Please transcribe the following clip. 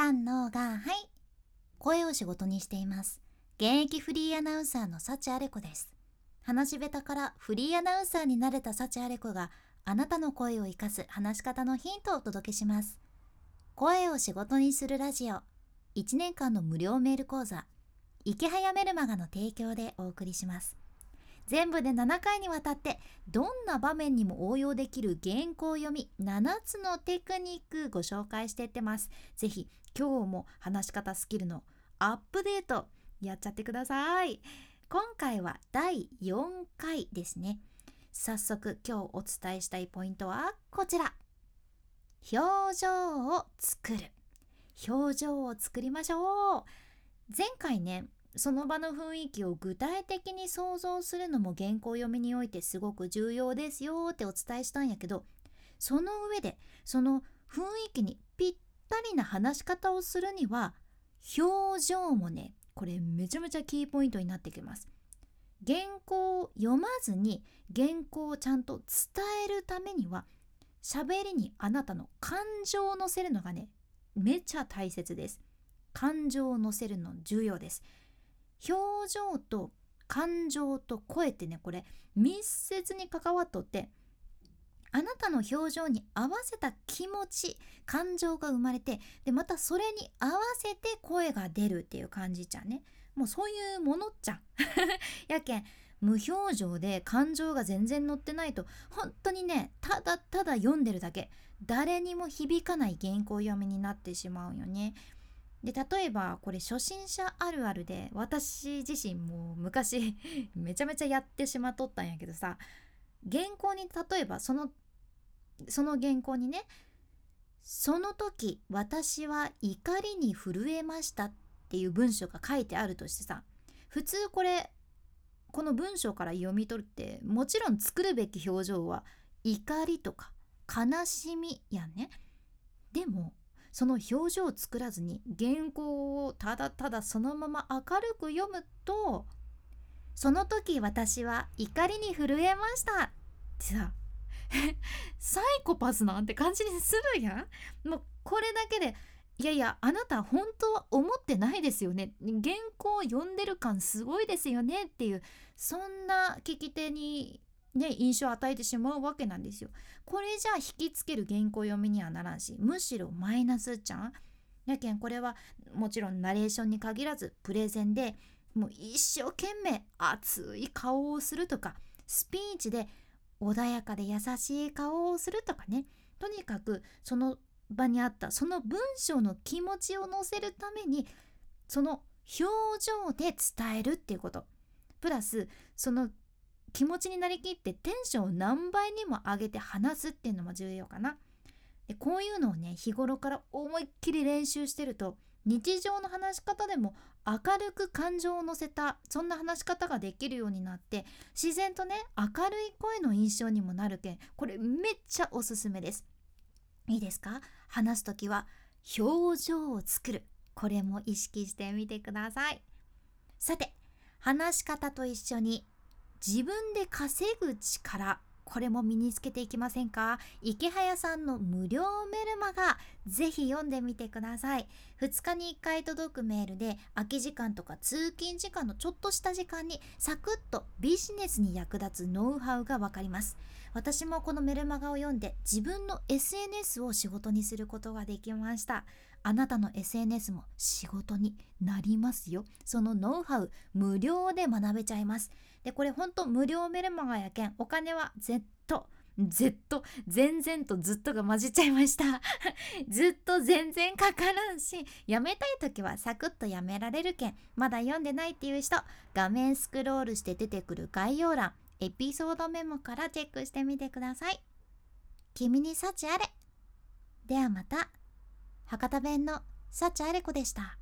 3のがはい。声を仕事にしています。現役フリーアナウンサーの幸あれ子です。話し下手からフリーアナウンサーになれた幸あれ子があなたの声を生かす話し方のヒントをお届けします。声を仕事にするラジオ1年間の無料メール講座池早メルマガの提供でお送りします。全部で7回にわたってどんな場面にも応用できる原稿読み7つのテクニックご紹介していってます。ぜひ今日も話し方スキルのアップデートやっちゃってください。今回は第4回ですね。早速今日お伝えしたいポイントはこちら。表情を作る。表情を作りましょう。前回ね、その場の雰囲気を具体的に想像するのも原稿読みにおいてすごく重要ですよってお伝えしたんやけど、その上でその雰囲気にぴったりな話し方をするには表情もね、これめちゃめちゃキーポイントになってきます。原稿を読まずに原稿をちゃんと伝えるためには喋りにあなたの感情を乗せるのがね、めちゃ大切です。感情を乗せるの重要です。表情と感情と声ってね、これ密接に関わっとって、あなたの表情に合わせた気持ち感情が生まれて、でまたそれに合わせて声が出るっていう感じじゃんね。もうそういうものっちゃんやけん無表情で感情が全然乗ってないと本当にね、ただただ読んでるだけ、誰にも響かない原稿読みになってしまうよね。で例えばこれ初心者あるあるで、私自身も昔めちゃめちゃやってしまっとったんやけどさ、原稿に例えばその原稿にね、その時私は怒りに震えましたっていう文章が書いてあるとしてさ、普通この文章から読み取るってもちろん作るべき表情は怒りとか悲しみやね。でもその表情を作らずに原稿をただただそのまま明るく読むと、その時私は怒りに震えましたってさサイコパスなんて感じにするやん。もうこれだけで、いやいやあなた本当は思ってないですよね、原稿を読んでる感すごいですよねっていう、そんな聞き手にね印象を与えてしまうわけなんですよ。これじゃあ引きつける原稿読みにはならんし、むしろマイナスじゃん。やけんこれはもちろんナレーションに限らずプレゼンでもう一生懸命熱い顔をするとか、スピーチで穏やかで優しい顔をするとかね、とにかくその場にあったその文章の気持ちを乗せるためにその表情で伝えるっていうこと、プラスその気持ちになりきってテンションを何倍にも上げて話すっていうのも重要かな。でこういうのをね日頃から思いっきり練習してると、日常の話し方でも明るく感情を乗せたそんな話し方ができるようになって、自然とね明るい声の印象にもなるけん、これめっちゃおすすめです。いいですか？話すときは表情を作る、これも意識してみてください。さて、話し方と一緒に自分で稼ぐ力、これも身につけていきませんか？池早さんの無料メルマガ、ぜひ読んでみてください。2日に1回届くメールで、空き時間とか通勤時間のちょっとした時間にサクッとビジネスに役立つノウハウがわかります。私もこのメルマガを読んで自分の SNS を仕事にすることができました。あなたの SNS も仕事になりますよ。そのノウハウ無料で学べちゃいます。でこれほんと無料メルマガやけん、お金は全然とずっとが混じっちゃいましたずっと全然かからんし、やめたい時はサクッとやめられるけん、まだ読んでないっていう人、画面スクロールして出てくる概要欄、エピソードメモからチェックしてみてください。君に幸あれ。ではまた。博多弁の幸あれ子でした。